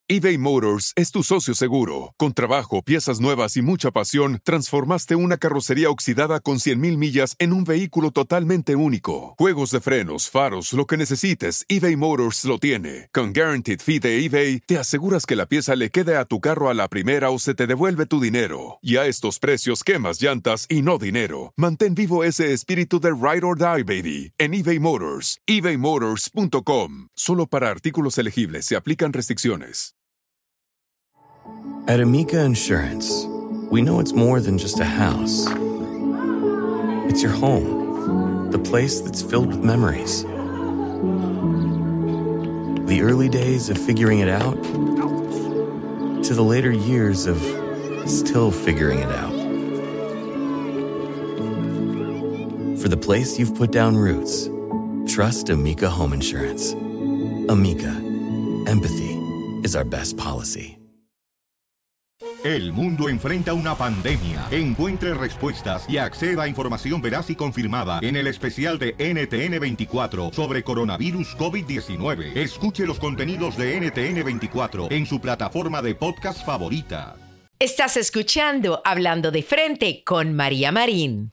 eBay Motors es tu socio seguro. Con trabajo, piezas nuevas y mucha pasión, transformaste una carrocería oxidada con 100,000 millas en un vehículo totalmente único. Juegos de frenos, faros, lo que necesites, eBay Motors lo tiene. Con Guaranteed Fee de eBay, te aseguras que la pieza le quede a tu carro a la primera o se te devuelve tu dinero. Y a estos precios, quemas llantas y no dinero. Mantén vivo ese espíritu de Ride or Die, baby, en eBay Motors. ebaymotors.com. Solo para artículos elegibles se aplican restricciones. At Amica Insurance, we know it's more than just a house. It's your home, the place that's filled with memories. The early days of figuring it out, to the later years of still figuring it out. For the place you've put down roots, trust Amica Home Insurance. Amica, empathy is our best policy. El mundo enfrenta una pandemia. Encuentre respuestas y acceda a información veraz y confirmada en el especial de NTN24 sobre coronavirus COVID-19. Escuche los contenidos de NTN24 en su plataforma de podcast favorita. Estás escuchando Hablando de Frente con María Marín.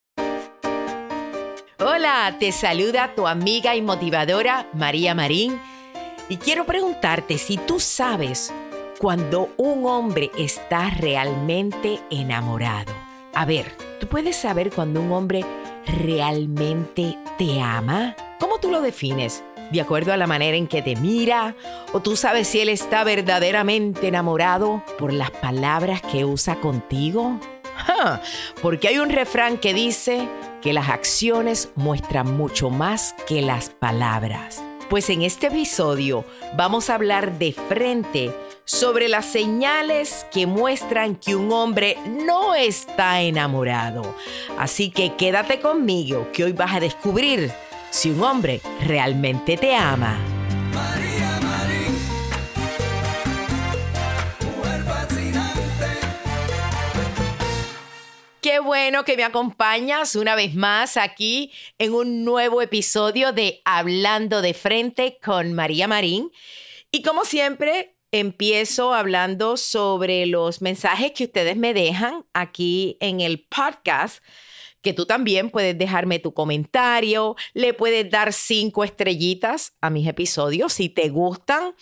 Hola, te saluda tu amiga y motivadora María Marín. Y quiero preguntarte si tú sabes cuando un hombre está realmente enamorado. A ver, ¿tú puedes saber cuando un hombre realmente te ama? ¿Cómo tú lo defines? ¿De acuerdo a la manera en que te mira? ¿O tú sabes si él está verdaderamente enamorado por las palabras que usa contigo? Porque hay un refrán que dice que las acciones muestran mucho más que las palabras. Pues en este episodio vamos a hablar de frente sobre las señales que muestran que un hombre no está enamorado. Así que quédate conmigo, que hoy vas a descubrir si un hombre realmente te ama. María Marín, mujer fascinante. Qué bueno que me acompañas una vez más aquí en un nuevo episodio de Hablando de Frente con María Marín. Y como siempre, empiezo hablando sobre los mensajes que ustedes me dejan aquí en el podcast, que tú también puedes dejarme tu comentario, le puedes dar 5 estrellitas a mis episodios si te gustan.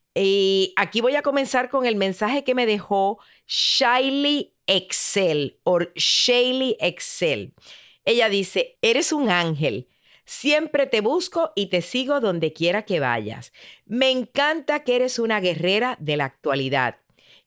Y aquí voy a comenzar con el mensaje que me dejó Shaylee Excel o Shaylee Excel. Ella dice: eres un ángel. Siempre te busco y te sigo donde quiera que vayas. Me encanta que eres una guerrera de la actualidad.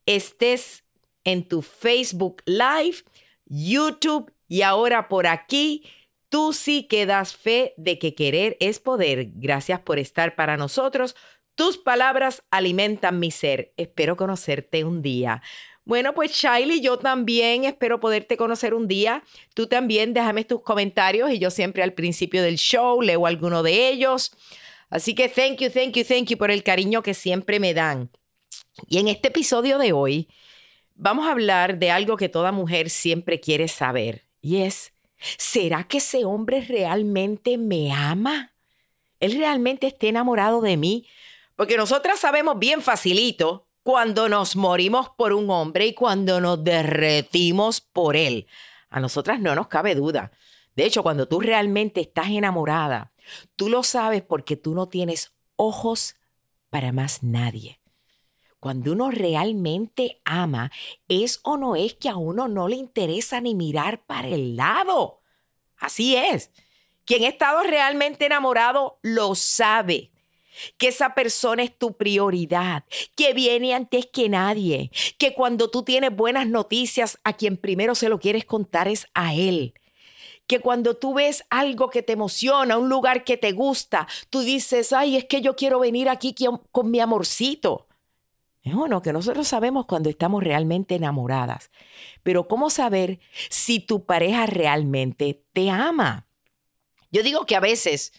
Estés en tu Facebook Live, YouTube y ahora por aquí, tú sí que das fe de que querer es poder. Gracias por estar para nosotros. Tus palabras alimentan mi ser. Espero conocerte un día. Bueno, pues Shaylee, yo también espero poderte conocer un día. Tú también déjame tus comentarios y yo siempre al principio del show leo alguno de ellos. Así que thank you por el cariño que siempre me dan. Y en este episodio de hoy vamos a hablar de algo que toda mujer siempre quiere saber. Y es, ¿será que ese hombre realmente me ama? ¿Él realmente está enamorado de mí? Porque nosotras sabemos bien facilito cuando nos morimos por un hombre y cuando nos derretimos por él. A nosotras no nos cabe duda. De hecho, cuando tú realmente estás enamorada, tú lo sabes porque tú no tienes ojos para más nadie. Cuando uno realmente ama, es o no es que a uno no le interesa ni mirar para el lado. Así es. Quien ha estado realmente enamorado lo sabe. Que esa persona es tu prioridad, que viene antes que nadie, que cuando tú tienes buenas noticias, a quien primero se lo quieres contar es a él. Que cuando tú ves algo que te emociona, un lugar que te gusta, tú dices, ay, es que yo quiero venir aquí con mi amorcito. Es bueno que nosotros sabemos cuando estamos realmente enamoradas, pero ¿cómo saber si tu pareja realmente te ama? Yo digo que a veces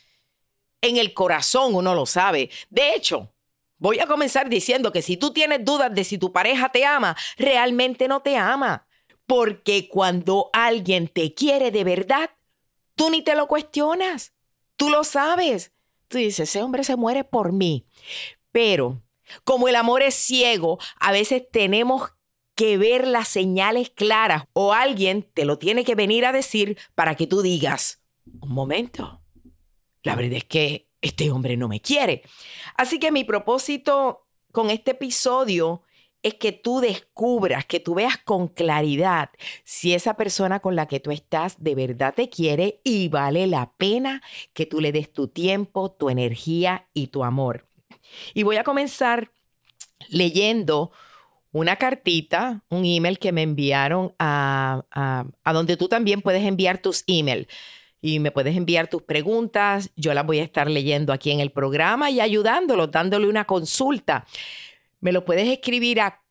en el corazón uno lo sabe. De hecho, voy a comenzar diciendo que si tú tienes dudas de si tu pareja te ama, realmente no te ama. Porque cuando alguien te quiere de verdad, tú ni te lo cuestionas. Tú lo sabes. Tú dices, ese hombre se muere por mí. Pero Como el amor es ciego, a veces tenemos que ver las señales claras o alguien te lo tiene que venir a decir para que tú digas, un momento, la verdad es que este hombre no me quiere. Así que mi propósito con este episodio es que tú descubras, que tú veas con claridad si esa persona con la que tú estás de verdad te quiere y vale la pena que tú le des tu tiempo, tu energía y tu amor. Y voy a comenzar leyendo una cartita, un email que me enviaron a donde tú también puedes enviar tus emails. Y me puedes enviar tus preguntas. Yo las voy a estar leyendo aquí en el programa y ayudándolos, dándole una consulta. Me lo puedes escribir a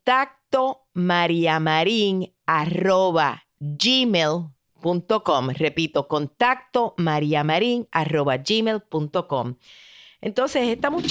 contactomariamarin@gmail.com. Repito, contactomariamarin@gmail.com. Entonces,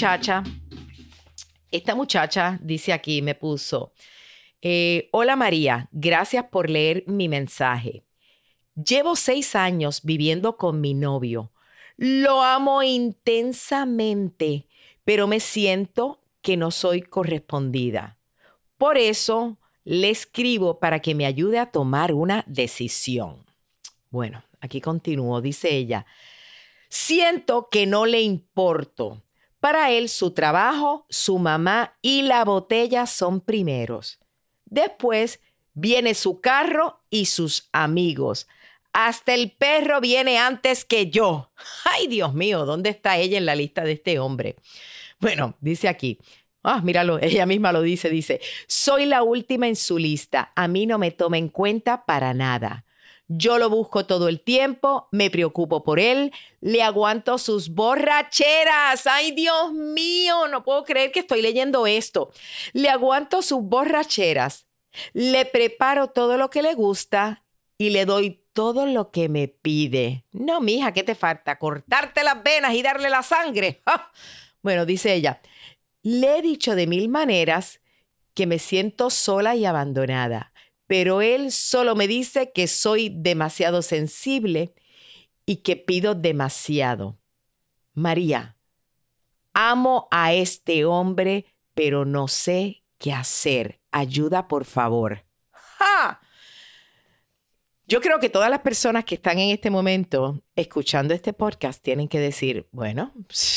esta muchacha dice aquí, me puso, hola María, gracias por leer mi mensaje. Llevo 6 años viviendo con mi novio. Lo amo intensamente, pero me siento que no soy correspondida. Por eso le escribo para que me ayude a tomar una decisión. Bueno, aquí continúo, dice ella. Siento que no le importo. Para él, su trabajo, su mamá y la botella son primeros. Después viene su carro y sus amigos. Hasta el perro viene antes que yo. Ay, Dios mío, ¿dónde está ella en la lista de este hombre? Bueno, dice aquí. Míralo, ella misma lo dice. Soy la última en su lista. A mí no me toma en cuenta para nada. Yo lo busco todo el tiempo, me preocupo por él, le aguanto sus borracheras. ¡Ay, Dios mío! No puedo creer que estoy leyendo esto. Le aguanto sus borracheras, le preparo todo lo que le gusta y le doy todo lo que me pide. No, mija, ¿qué te falta? ¿Cortarte las venas y darle la sangre? Bueno, dice ella, le he dicho de 1000 maneras que me siento sola y abandonada. Pero él solo me dice que soy demasiado sensible y que pido demasiado. María, amo a este hombre, pero no sé qué hacer. Ayuda, por favor. ¡Ja! Yo creo que todas las personas que están en este momento escuchando este podcast tienen que decir, bueno,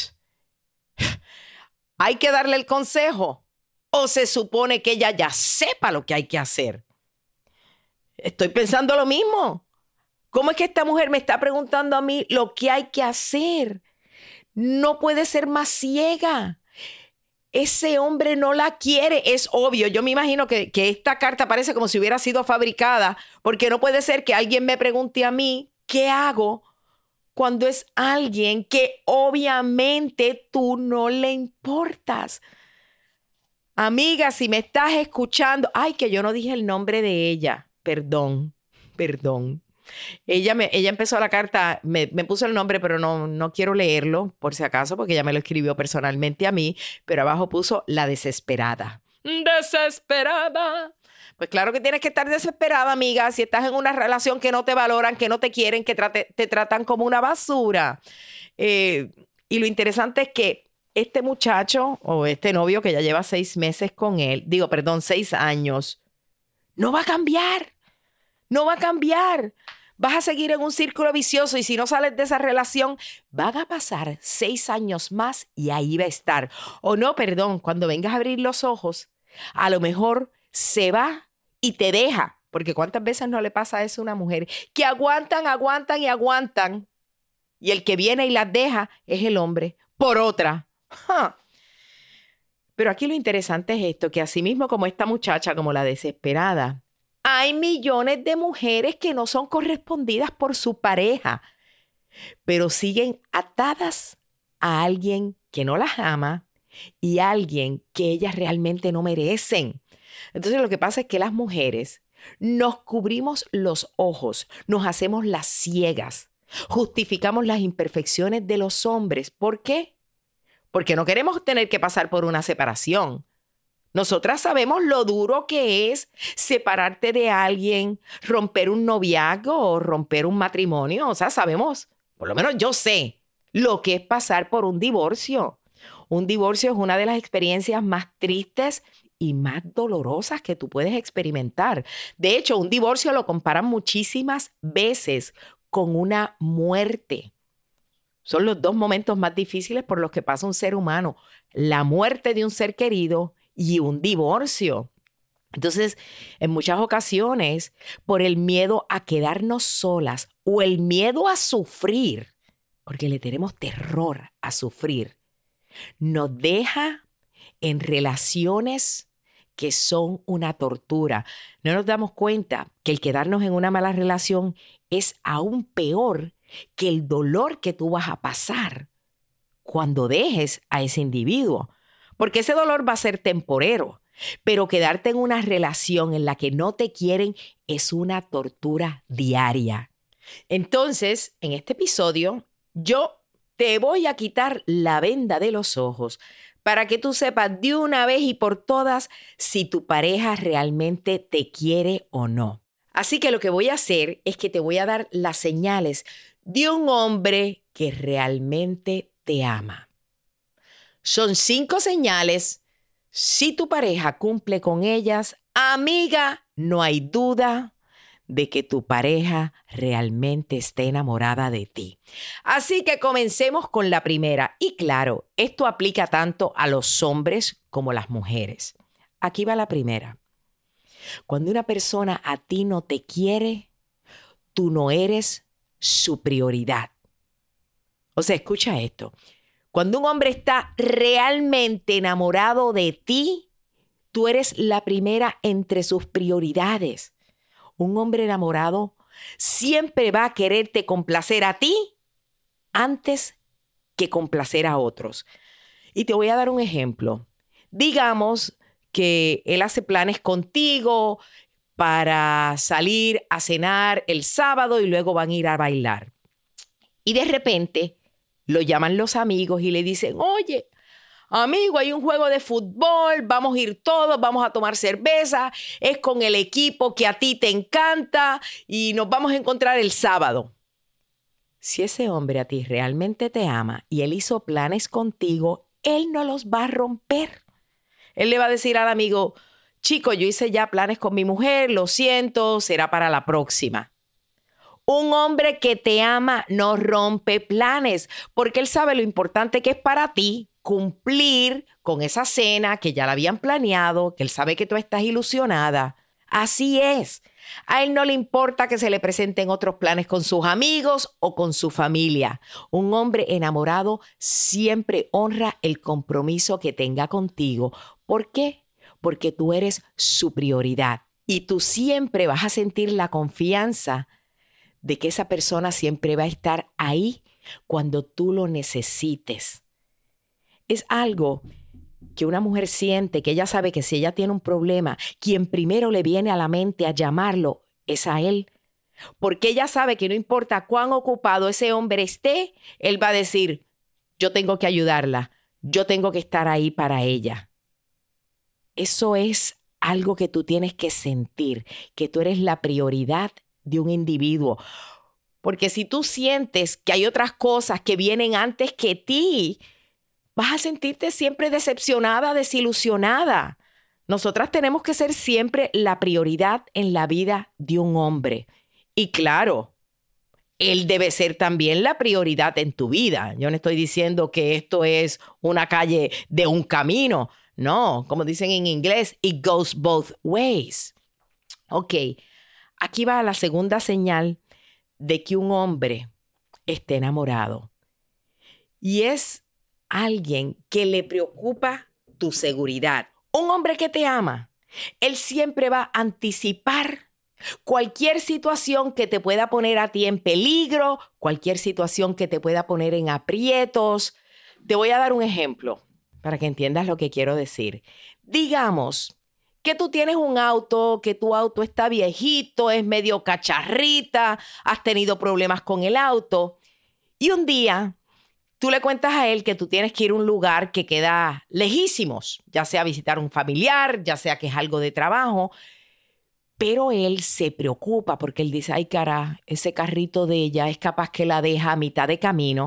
¿hay que darle el consejo? ¿O se supone que ella ya sepa lo que hay que hacer? Estoy pensando lo mismo. ¿Cómo es que esta mujer me está preguntando a mí lo que hay que hacer? No puede ser más ciega. Ese hombre no la quiere, es obvio. Yo me imagino que esta carta parece como si hubiera sido fabricada, porque no puede ser que alguien me pregunte a mí qué hago cuando es alguien que obviamente tú no le importas. Amiga, si me estás escuchando, ay, que yo no dije el nombre de ella. Perdón. Ella empezó la carta, me puso el nombre, pero no quiero leerlo, por si acaso, porque ella me lo escribió personalmente a mí, pero abajo puso la desesperada. ¡Desesperada! Pues claro que tienes que estar desesperada, amiga, si estás en una relación que no te valoran, que no te quieren, que te tratan como una basura. Y lo interesante es que este muchacho o este novio que ya lleva 6 meses con él, 6 años, no va a cambiar. No va a cambiar. Vas a seguir en un círculo vicioso y si no sales de esa relación, van a pasar 6 años más y ahí va a estar. O no, cuando vengas a abrir los ojos, a lo mejor se va y te deja. Porque ¿cuántas veces no le pasa eso a una mujer? Que aguantan y el que viene y las deja es el hombre por otra. Pero aquí lo interesante es esto, que así mismo como esta muchacha, como la desesperada, hay millones de mujeres que no son correspondidas por su pareja, pero siguen atadas a alguien que no las ama y a alguien que ellas realmente no merecen. Entonces lo que pasa es que las mujeres nos cubrimos los ojos, nos hacemos las ciegas, justificamos las imperfecciones de los hombres. ¿Por qué? Porque no queremos tener que pasar por una separación. Nosotras sabemos lo duro que es separarte de alguien, romper un noviazgo o romper un matrimonio. O sea, sabemos, por lo menos yo sé, lo que es pasar por un divorcio Un divorcio es una de las experiencias más tristes y más dolorosas que tú puedes experimentar. De hecho, un divorcio lo comparan muchísimas veces con una muerte. Son los dos momentos más difíciles por los que pasa un ser humano: la muerte de un ser querido y un divorcio. Entonces, en muchas ocasiones, por el miedo a quedarnos solas o el miedo a sufrir, porque le tenemos terror a sufrir, nos deja en relaciones que son una tortura. No nos damos cuenta que el quedarnos en una mala relación es aún peor que el dolor que tú vas a pasar cuando dejes a ese individuo, porque ese dolor va a ser temporero, pero quedarte en una relación en la que no te quieren es una tortura diaria. Entonces, en este episodio, yo te voy a quitar la venda de los ojos para que tú sepas de una vez y por todas si tu pareja realmente te quiere o no. Así que lo que voy a hacer es que te voy a dar las señales de un hombre que realmente te ama. Son 5 señales. Si tu pareja cumple con ellas, amiga, no hay duda de que tu pareja realmente esté enamorada de ti. Así que comencemos con la primera. Y claro, esto aplica tanto a los hombres como a las mujeres. Aquí va la primera. Cuando una persona a ti no te quiere, tú no eres su prioridad. O sea, escucha esto. Cuando un hombre está realmente enamorado de ti, tú eres la primera entre sus prioridades. Un hombre enamorado siempre va a quererte complacer a ti antes que complacer a otros. Y te voy a dar un ejemplo. Digamos que él hace planes contigo para salir a cenar el sábado y luego van a ir a bailar. Y de repente lo llaman los amigos y le dicen: oye, amigo, hay un juego de fútbol, vamos a ir todos, vamos a tomar cerveza, es con el equipo que a ti te encanta y nos vamos a encontrar el sábado. Si ese hombre a ti realmente te ama y él hizo planes contigo, él no los va a romper. Él le va a decir al amigo: chico, yo hice ya planes con mi mujer, lo siento, será para la próxima. Un hombre que te ama no rompe planes porque él sabe lo importante que es para ti cumplir con esa cena que ya la habían planeado, que él sabe que tú estás ilusionada. Así es. A él no le importa que se le presenten otros planes con sus amigos o con su familia. Un hombre enamorado siempre honra el compromiso que tenga contigo. ¿Por qué? Porque tú eres su prioridad y tú siempre vas a sentir la confianza de que esa persona siempre va a estar ahí cuando tú lo necesites. Es algo que una mujer siente, que ella sabe que si ella tiene un problema, quien primero le viene a la mente a llamarlo es a él. Porque ella sabe que no importa cuán ocupado ese hombre esté, él va a decir: yo tengo que ayudarla, yo tengo que estar ahí para ella. Eso es algo que tú tienes que sentir, que tú eres la prioridad de un individuo. Porque si tú sientes que hay otras cosas que vienen antes que ti, vas a sentirte siempre decepcionada, desilusionada. Nosotras tenemos que ser siempre la prioridad en la vida de un hombre. Y claro, él debe ser también la prioridad en tu vida. Yo no estoy diciendo que esto es una calle de un camino. No, como dicen en inglés, it goes both ways. Ok, aquí va la segunda señal de que un hombre esté enamorado. Y es alguien que le preocupa tu seguridad. Un hombre que te ama, él siempre va a anticipar cualquier situación que te pueda poner a ti en peligro, cualquier situación que te pueda poner en aprietos. Te voy a dar un ejemplo para que entiendas lo que quiero decir. Digamos que tú tienes un auto, que tu auto está viejito, es medio cacharrita, has tenido problemas con el auto y un día tú le cuentas a él que tú tienes que ir a un lugar que queda lejísimos, ya sea visitar a un familiar, ya sea que es algo de trabajo, pero él se preocupa porque él dice: ay, cara, ese carrito de ella es capaz que la deja a mitad de camino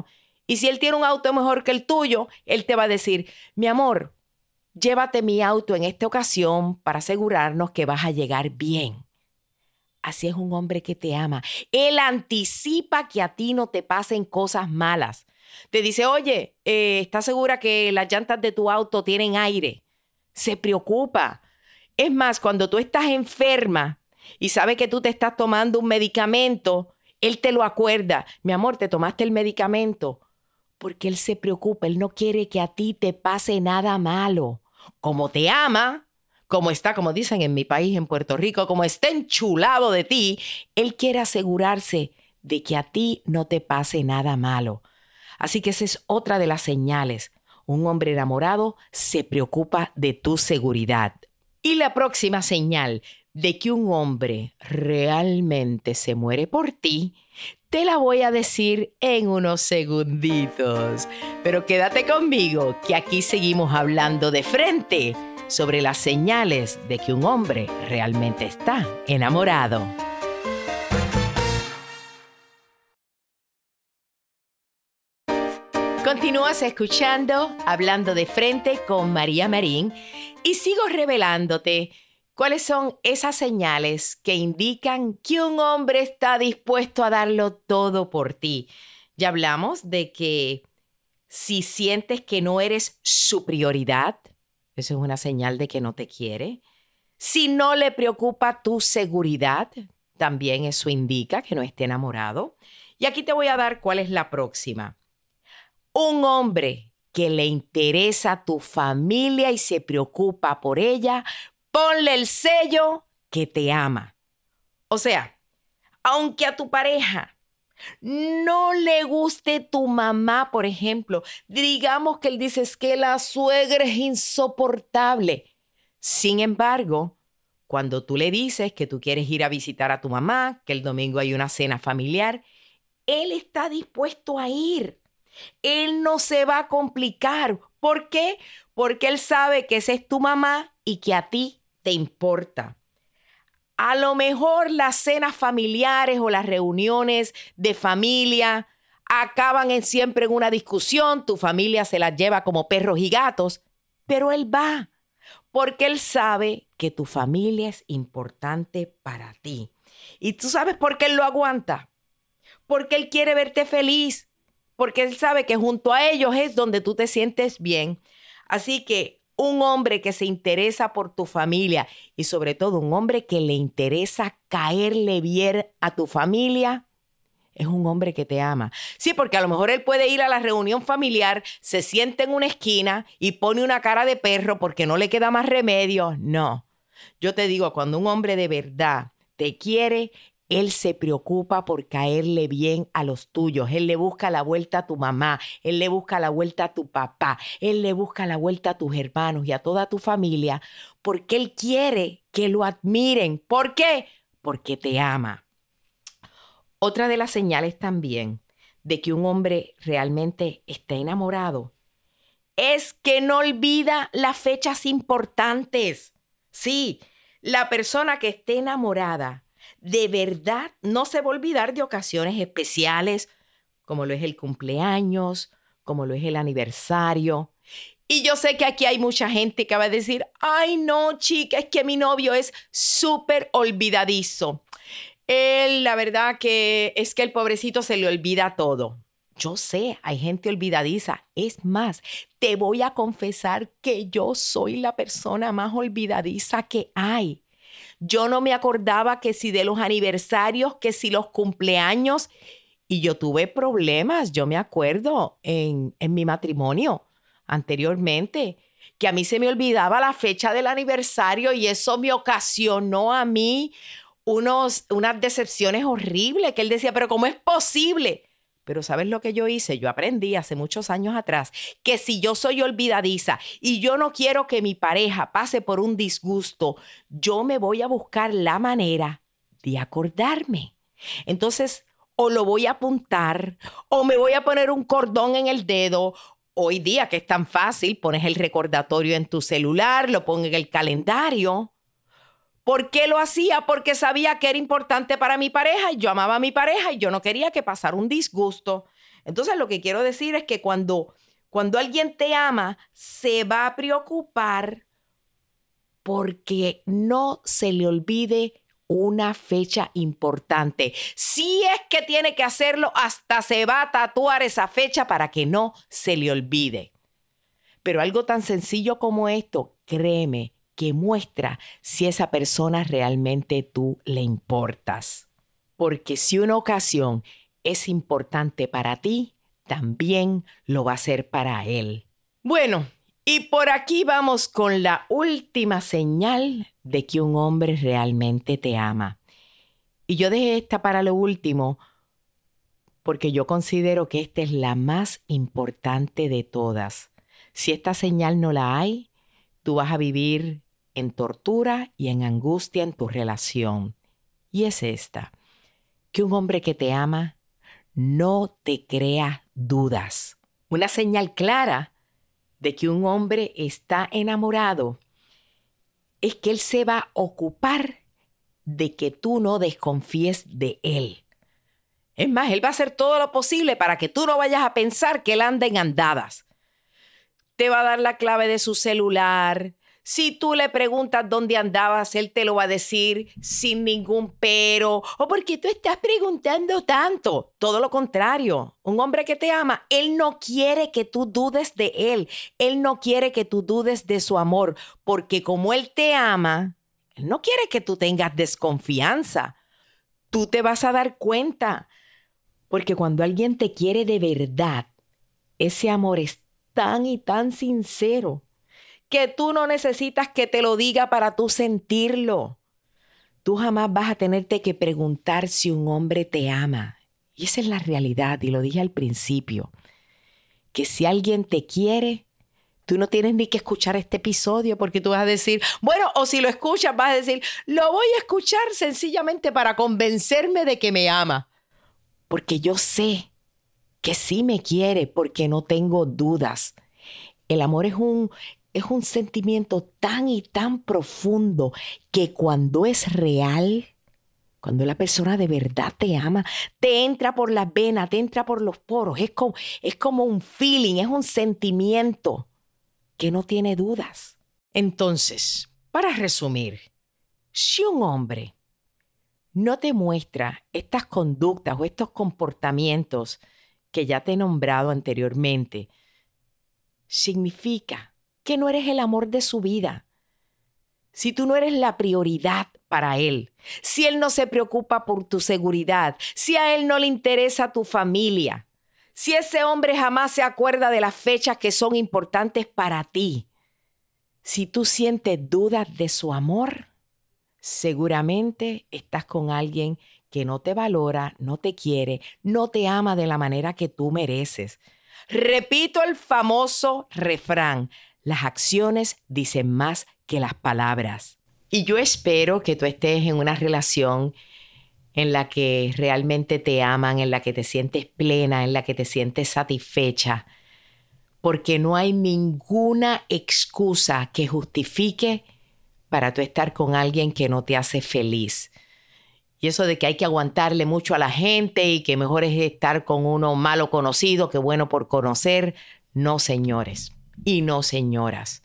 Y si él tiene un auto mejor que el tuyo, él te va a decir, mi amor, llévate mi auto en esta ocasión para asegurarnos que vas a llegar bien. Así es un hombre que te ama. Él anticipa que a ti no te pasen cosas malas. Te dice, oye, ¿estás segura que las llantas de tu auto tienen aire? Se preocupa. Es más, cuando tú estás enferma y sabe que tú te estás tomando un medicamento, él te lo acuerda. Mi amor, ¿te tomaste el medicamento? Porque él se preocupa. Él no quiere que a ti te pase nada malo. Como te ama, como está, como dicen en mi país, en Puerto Rico, como está enchulado de ti, él quiere asegurarse de que a ti no te pase nada malo. Así que esa es otra de las señales. Un hombre enamorado se preocupa de tu seguridad. Y la próxima señal de que un hombre realmente se muere por ti, te la voy a decir en unos segunditos. Pero quédate conmigo, que aquí seguimos hablando de frente sobre las señales de que un hombre realmente está enamorado. Continúas escuchando Hablando de Frente con María Marín y sigo revelándote cuáles son esas señales que indican que un hombre está dispuesto a darlo todo por ti. Ya hablamos de que si sientes que no eres su prioridad, eso es una señal de que no te quiere. Si no le preocupa tu seguridad, también eso indica que no esté enamorado. Y aquí te voy a dar cuál es la próxima. Un hombre que le interesa tu familia y se preocupa por ella, ponle el sello que te ama. O sea, aunque a tu pareja no le guste tu mamá, por ejemplo, digamos que él dice es que la suegra es insoportable. Sin embargo, cuando tú le dices que tú quieres ir a visitar a tu mamá, que el domingo hay una cena familiar, él está dispuesto a ir. Él no se va a complicar. ¿Por qué? Porque él sabe que esa es tu mamá y que a ti te importa. A lo mejor las cenas familiares o las reuniones de familia acaban siempre en una discusión. Tu familia se las lleva como perros y gatos, pero él va porque él sabe que tu familia es importante para ti. ¿Y tú sabes por qué él lo aguanta? Porque él quiere verte feliz. Porque él sabe que junto a ellos es donde tú te sientes bien. Así que un hombre que se interesa por tu familia y sobre todo un hombre que le interesa caerle bien a tu familia, es un hombre que te ama. Sí, porque a lo mejor él puede ir a la reunión familiar, se sienta en una esquina y pone una cara de perro porque no le queda más remedio. No. Yo te digo, cuando un hombre de verdad te quiere, él se preocupa por caerle bien a los tuyos. Él le busca la vuelta a tu mamá. Él le busca la vuelta a tu papá. Él le busca la vuelta a tus hermanos y a toda tu familia porque él quiere que lo admiren. ¿Por qué? Porque te ama. Otra de las señales también de que un hombre realmente está enamorado es que no olvida las fechas importantes. Sí, la persona que esté enamorada de verdad no se va a olvidar de ocasiones especiales, como lo es el cumpleaños, como lo es el aniversario. Y yo sé que aquí hay mucha gente que va a decir, ay no, chica, es que mi novio es súper olvidadizo. Él, la verdad que es que el pobrecito se le olvida todo. Yo sé, hay gente olvidadiza. Es más, te voy a confesar que yo soy la persona más olvidadiza que hay. Yo no me acordaba que si de los aniversarios, que si los cumpleaños. Y yo tuve problemas, yo me acuerdo, en mi matrimonio anteriormente, que a mí se me olvidaba la fecha del aniversario y eso me ocasionó a mí unas decepciones horribles, que él decía, pero ¿cómo es posible? Pero ¿sabes lo que yo hice? Yo aprendí hace muchos años atrás que si yo soy olvidadiza y yo no quiero que mi pareja pase por un disgusto, yo me voy a buscar la manera de acordarme. Entonces, o lo voy a apuntar o me voy a poner un cordón en el dedo. Hoy día que es tan fácil, pones el recordatorio en tu celular, lo pones en el calendario. ¿Por qué lo hacía? Porque sabía que era importante para mi pareja y yo amaba a mi pareja y yo no quería que pasara un disgusto. Entonces lo que quiero decir es que cuando alguien te ama, se va a preocupar porque no se le olvide una fecha importante. Si es que tiene que hacerlo, hasta se va a tatuar esa fecha para que no se le olvide. Pero algo tan sencillo como esto, créeme, que muestra si esa persona realmente tú le importas. Porque si una ocasión es importante para ti, también lo va a ser para él. Bueno, y por aquí vamos con la última señal de que un hombre realmente te ama. Y yo dejé esta para lo último porque yo considero que esta es la más importante de todas. Si esta señal no la hay, tú vas a vivir en tortura y en angustia en tu relación. Y es esta, que un hombre que te ama no te crea dudas. Una señal clara de que un hombre está enamorado es que él se va a ocupar de que tú no desconfíes de él. Es más, él va a hacer todo lo posible para que tú no vayas a pensar que él anda en andadas. Te va a dar la clave de su celular. Si tú le preguntas dónde andabas, él te lo va a decir sin ningún pero. ¿O por qué tú estás preguntando tanto? Todo lo contrario. Un hombre que te ama, él no quiere que tú dudes de él. Él no quiere que tú dudes de su amor. Porque como él te ama, él no quiere que tú tengas desconfianza. Tú te vas a dar cuenta. Porque cuando alguien te quiere de verdad, ese amor es tan y tan sincero que tú no necesitas que te lo diga para tú sentirlo. Tú jamás vas a tenerte que preguntar si un hombre te ama. Y esa es la realidad, y lo dije al principio, que si alguien te quiere, tú no tienes ni que escuchar este episodio porque tú vas a decir, bueno, o si lo escuchas vas a decir, lo voy a escuchar sencillamente para convencerme de que me ama. Porque yo sé que sí me quiere porque no tengo dudas. El amor es un sentimiento tan y tan profundo que cuando es real, cuando la persona de verdad te ama, te entra por las venas, te entra por los poros. Es como un feeling, es un sentimiento que no tiene dudas. Entonces, para resumir, si un hombre no te muestra estas conductas o estos comportamientos que ya te he nombrado anteriormente, significa que no eres el amor de su vida. Si tú no eres la prioridad para él, si él no se preocupa por tu seguridad, si a él no le interesa tu familia, si ese hombre jamás se acuerda de las fechas que son importantes para ti, si tú sientes dudas de su amor, seguramente estás con alguien que no te valora, no te quiere, no te ama de la manera que tú mereces. Repito el famoso refrán, las acciones dicen más que las palabras. Y yo espero que tú estés en una relación en la que realmente te aman, en la que te sientes plena, en la que te sientes satisfecha, porque no hay ninguna excusa que justifique para tú estar con alguien que no te hace feliz. Y eso de que hay que aguantarle mucho a la gente y que mejor es estar con uno malo conocido que bueno por conocer, no, señores y no, señoras.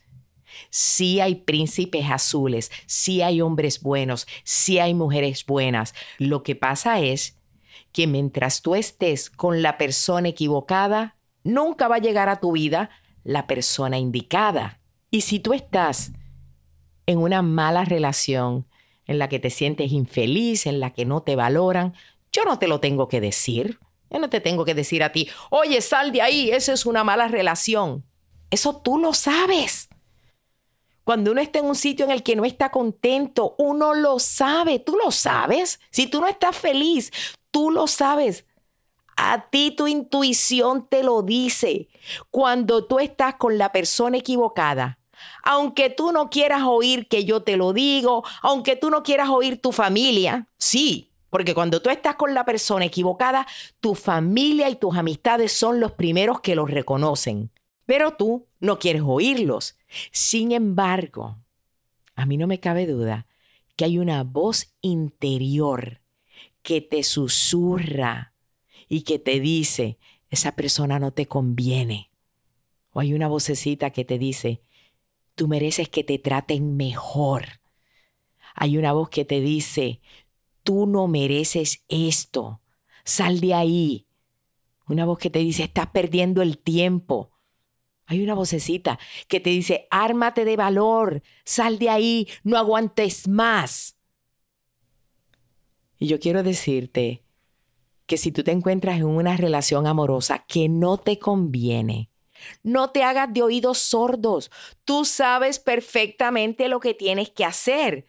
Sí hay príncipes azules, sí hay hombres buenos, sí hay mujeres buenas. Lo que pasa es que mientras tú estés con la persona equivocada, nunca va a llegar a tu vida la persona indicada. Y si tú estás en una mala relación, en la que te sientes infeliz, en la que no te valoran, yo no te lo tengo que decir. Yo no te tengo que decir a ti, oye, sal de ahí, eso es una mala relación. Eso tú lo sabes. Cuando uno está en un sitio en el que no está contento, uno lo sabe, tú lo sabes. Si tú no estás feliz, tú lo sabes. A ti tu intuición te lo dice. Cuando tú estás con la persona equivocada, aunque tú no quieras oír que yo te lo digo, aunque tú no quieras oír tu familia, sí, porque cuando tú estás con la persona equivocada, tu familia y tus amistades son los primeros que los reconocen. Pero tú no quieres oírlos. Sin embargo, a mí no me cabe duda que hay una voz interior que te susurra y que te dice, esa persona no te conviene. O hay una vocecita que te dice, tú mereces que te traten mejor. Hay una voz que te dice, tú no mereces esto, sal de ahí. Una voz que te dice, estás perdiendo el tiempo. Hay una vocecita que te dice, ármate de valor, sal de ahí, no aguantes más. Y yo quiero decirte que si tú te encuentras en una relación amorosa que no te conviene, no te hagas de oídos sordos. Tú sabes perfectamente lo que tienes que hacer.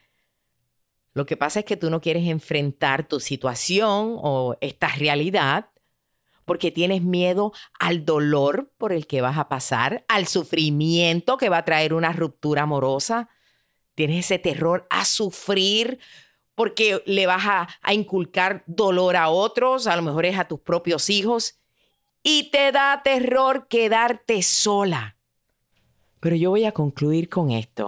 Lo que pasa es que tú no quieres enfrentar tu situación o esta realidad porque tienes miedo al dolor por el que vas a pasar, al sufrimiento que va a traer una ruptura amorosa. Tienes ese terror a sufrir porque le vas a inculcar dolor a otros, a lo mejor es a tus propios hijos, y te da terror quedarte sola. Pero yo voy a concluir con esto,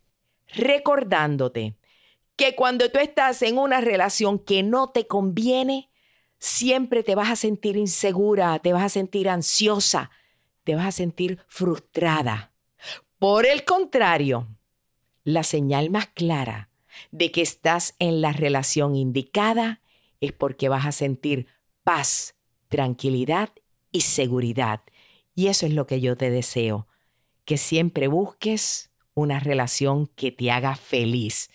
recordándote que cuando tú estás en una relación que no te conviene, siempre te vas a sentir insegura, te vas a sentir ansiosa, te vas a sentir frustrada. Por el contrario, la señal más clara de que estás en la relación indicada es porque vas a sentir paz, tranquilidad y seguridad. Y eso es lo que yo te deseo, que siempre busques una relación que te haga feliz.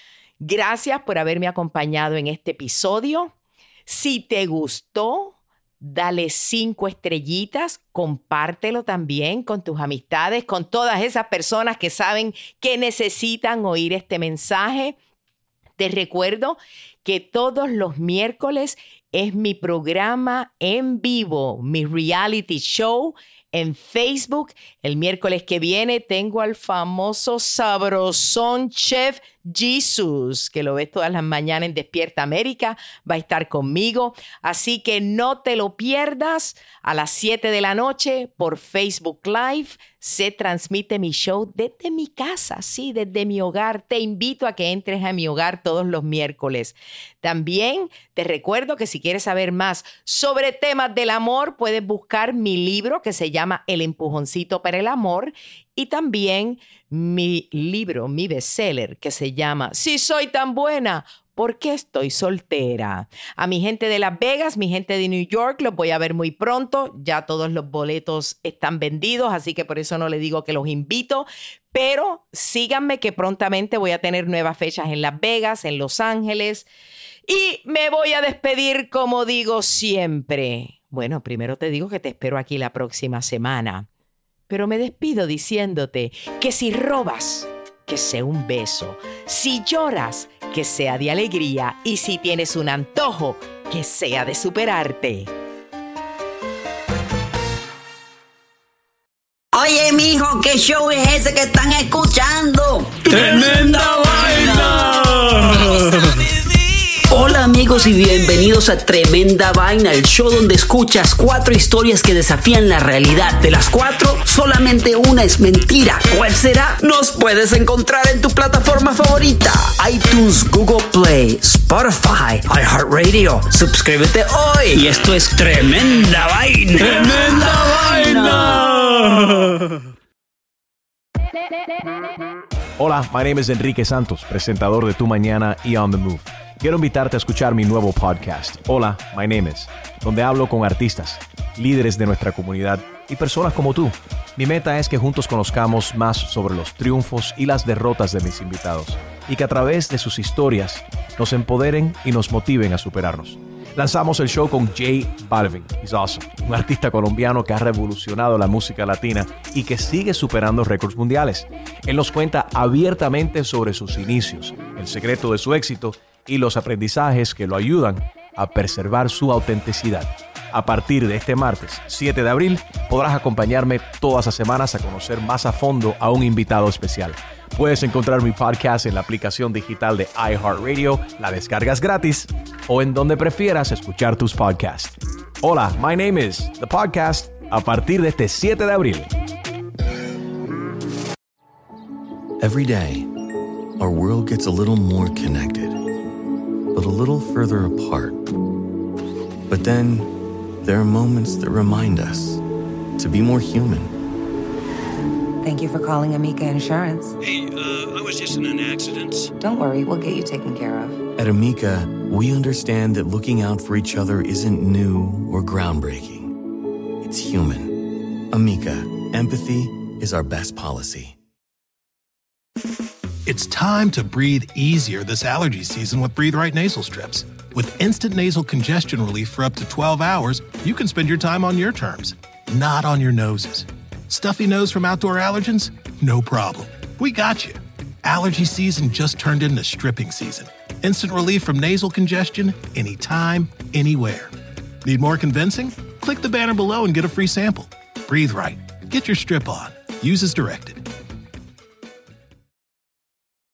Gracias por haberme acompañado en este episodio. Si te gustó, dale 5 estrellitas, compártelo también con tus amistades, con todas esas personas que saben que necesitan oír este mensaje. Te recuerdo que todos los miércoles es mi programa en vivo, mi reality show en Facebook. El miércoles que viene tengo al famoso sabrosón Chef Jesus, que lo ves todas las mañanas en Despierta América. Va a estar conmigo. Así que no te lo pierdas. A las 7 de la noche por Facebook Live se transmite mi show desde mi casa, sí, desde mi hogar. Te invito a que entres a mi hogar todos los miércoles. También te recuerdo que si quieres saber más sobre temas del amor, puedes buscar mi libro que se llama El empujoncito para el amor, y también mi libro, mi bestseller, que se llama Si soy tan buena, ¿por qué estoy soltera? A mi gente de Las Vegas, mi gente de New York, los voy a ver muy pronto. Ya todos los boletos están vendidos, así que por eso no les digo que los invito. Pero síganme que prontamente voy a tener nuevas fechas en Las Vegas, en Los Ángeles. Y me voy a despedir como digo siempre. Bueno, primero te digo que te espero aquí la próxima semana. Pero me despido diciéndote que si robas, que sea un beso. Si lloras, que sea de alegría. Y si tienes un antojo, que sea de superarte. Oye, mijo, ¿qué show es ese que están escuchando? ¡Tremenda Vaina! Hola amigos y bienvenidos a Tremenda Vaina, el show donde escuchas 4 historias que desafían la realidad. De las 4, solamente una es mentira. ¿Cuál será? Nos puedes encontrar en tu plataforma favorita: iTunes, Google Play, Spotify, iHeartRadio. Suscríbete hoy. Y esto es Tremenda Vaina. ¡Tremenda Vaina! Hola, my name is Enrique Santos, presentador de Tu Mañana y On The Move. Quiero invitarte a escuchar mi nuevo podcast, Hola, my name is, donde hablo con artistas, líderes de nuestra comunidad y personas como tú. Mi meta es que juntos conozcamos más sobre los triunfos y las derrotas de mis invitados y que a través de sus historias nos empoderen y nos motiven a superarnos. Lanzamos el show con J Balvin, he's awesome, un artista colombiano que ha revolucionado la música latina y que sigue superando récords mundiales. Él nos cuenta abiertamente sobre sus inicios, el secreto de su éxito y los aprendizajes que lo ayudan a preservar su autenticidad. A partir de este martes 7 de abril podrás acompañarme todas las semanas a conocer más a fondo a un invitado especial. Puedes encontrar mi podcast en la aplicación digital de iHeartRadio, la descargas gratis o en donde prefieras escuchar tus podcasts. Hola, my name is The Podcast, a partir de este 7 de abril. Every day, our world gets a little more connected, but a little further apart. But then, there are moments that remind us to be more human. Thank you for calling Amica Insurance. Hey, I was just in an accident. Don't worry, we'll get you taken care of. At Amica, we understand that looking out for each other isn't new or groundbreaking. It's human. Amica, empathy is our best policy. It's time to breathe easier this allergy season with Breathe Right nasal strips. With instant nasal congestion relief for up to 12 hours, you can spend your time on your terms, not on your noses. Stuffy nose from outdoor allergens? No problem. We got you. Allergy season just turned into stripping season. Instant relief from nasal congestion anytime, anywhere. Need more convincing? Click the banner below and get a free sample. Breathe Right. Get your strip on. Use as directed.